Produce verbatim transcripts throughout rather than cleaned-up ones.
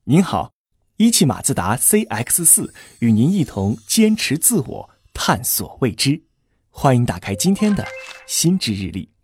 您好，一汽马自达 C X 四 与您一同坚持自我，探索未知。欢迎打开今天的心智日历。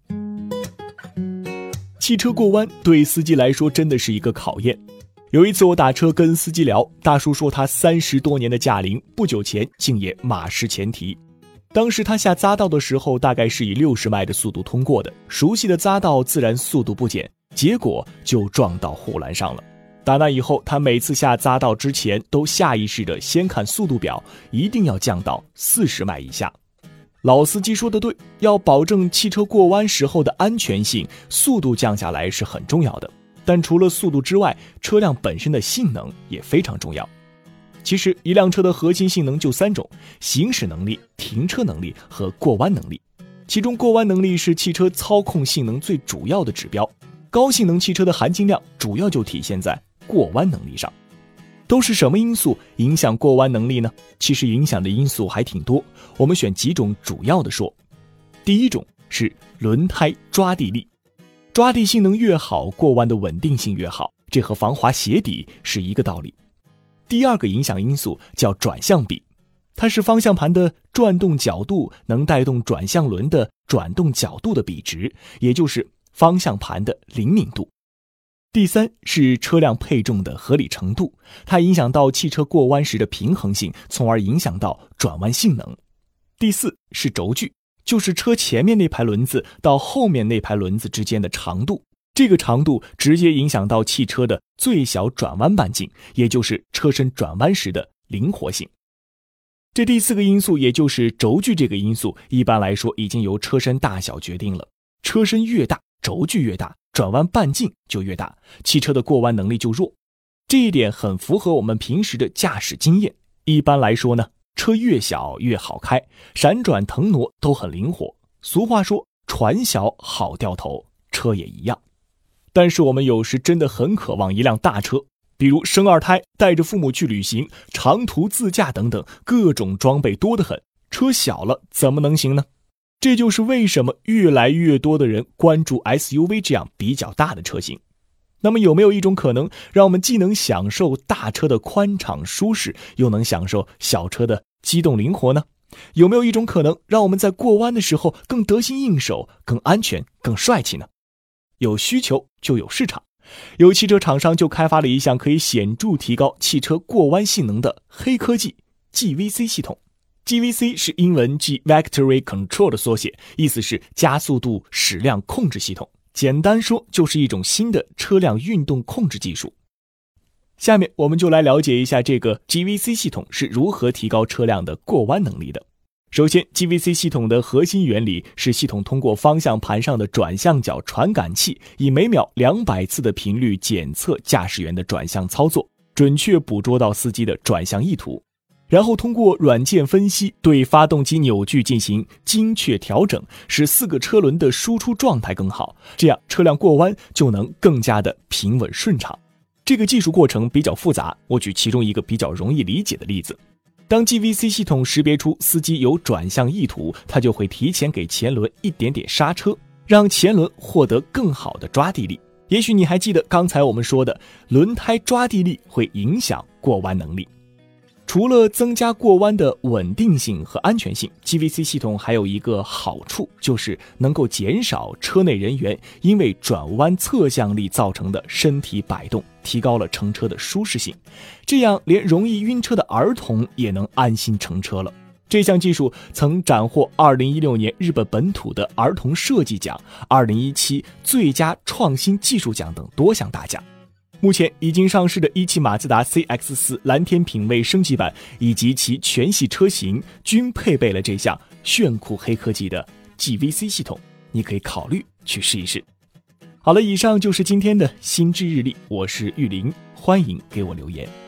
汽车过弯对司机来说真的是一个考验。有一次我打车跟司机聊，大叔说他三十多年的驾龄，不久前竟也马失前蹄。当时他下匝道的时候大概是以六十迈的速度通过的，熟悉的匝道自然速度不减，结果就撞到护栏上了。打那以后，他每次下匝道之前都下意识地先看速度表，一定要降到四十迈以下。老司机说的对，要保证汽车过弯时候的安全性，速度降下来是很重要的。但除了速度之外，车辆本身的性能也非常重要。其实一辆车的核心性能就三种：行驶能力、停车能力和过弯能力。其中过弯能力是汽车操控性能最主要的指标，高性能汽车的含金量主要就体现在过弯能力上。都是什么因素影响过弯能力呢？其实影响的因素还挺多，我们选几种主要的说。第一种是轮胎抓地力，抓地性能越好，过弯的稳定性越好，这和防滑鞋底是一个道理。第二个影响因素叫转向比，它是方向盘的转动角度能带动转向轮的转动角度的比值，也就是方向盘的灵敏度。第三是车辆配重的合理程度，它影响到汽车过弯时的平衡性，从而影响到转弯性能。第四是轴距，就是车前面那排轮子到后面那排轮子之间的长度，这个长度直接影响到汽车的最小转弯半径，也就是车身转弯时的灵活性。这第四个因素，也就是轴距这个因素，一般来说已经由车身大小决定了。车身越大，轴距越大，转弯半径就越大，汽车的过弯能力就弱。这一点很符合我们平时的驾驶经验。一般来说呢，车越小越好开，闪转腾挪都很灵活。俗话说，船小好掉头，车也一样。但是我们有时真的很渴望一辆大车，比如生二胎、带着父母去旅行、长途自驾等等，各种装备多得很，车小了怎么能行呢？这就是为什么越来越多的人关注 S U V 这样比较大的车型。那么有没有一种可能，让我们既能享受大车的宽敞舒适，又能享受小车的机动灵活呢？有没有一种可能，让我们在过弯的时候更得心应手、更安全、更帅气呢？有需求就有市场，有汽车厂商就开发了一项可以显著提高汽车过弯性能的黑科技 G V C 系统。G V C 是英文 G-Vectory Control 的缩写，意思是加速度矢量控制系统。简单说，就是一种新的车辆运动控制技术。下面我们就来了解一下这个 G V C 系统是如何提高车辆的过弯能力的。首先 G V C 系统的核心原理是系统通过方向盘上的转向角传感器，以每秒两百次的频率检测驾驶员的转向操作，准确捕捉到司机的转向意图，然后通过软件分析对发动机扭矩进行精确调整，使四个车轮的输出状态更好，这样车辆过弯就能更加的平稳顺畅。这个技术过程比较复杂，我举其中一个比较容易理解的例子。当 G V C 系统识别出司机有转向意图，它就会提前给前轮一点点刹车，让前轮获得更好的抓地力。也许你还记得刚才我们说的轮胎抓地力会影响过弯能力。除了增加过弯的稳定性和安全性， G V C 系统还有一个好处，就是能够减少车内人员因为转弯侧向力造成的身体摆动，提高了乘车的舒适性。这样连容易晕车的儿童也能安心乘车了。这项技术曾斩获二零一六年日本本土的儿童设计奖、二零一七最佳创新技术奖等多项大奖。目前已经上市的一汽马自达 C X 四 蓝天品味升级版以及其全系车型均配备了这项炫酷黑科技的 G V C 系统，你可以考虑去试一试。好了，以上就是今天的心智日历，我是玉林，欢迎给我留言。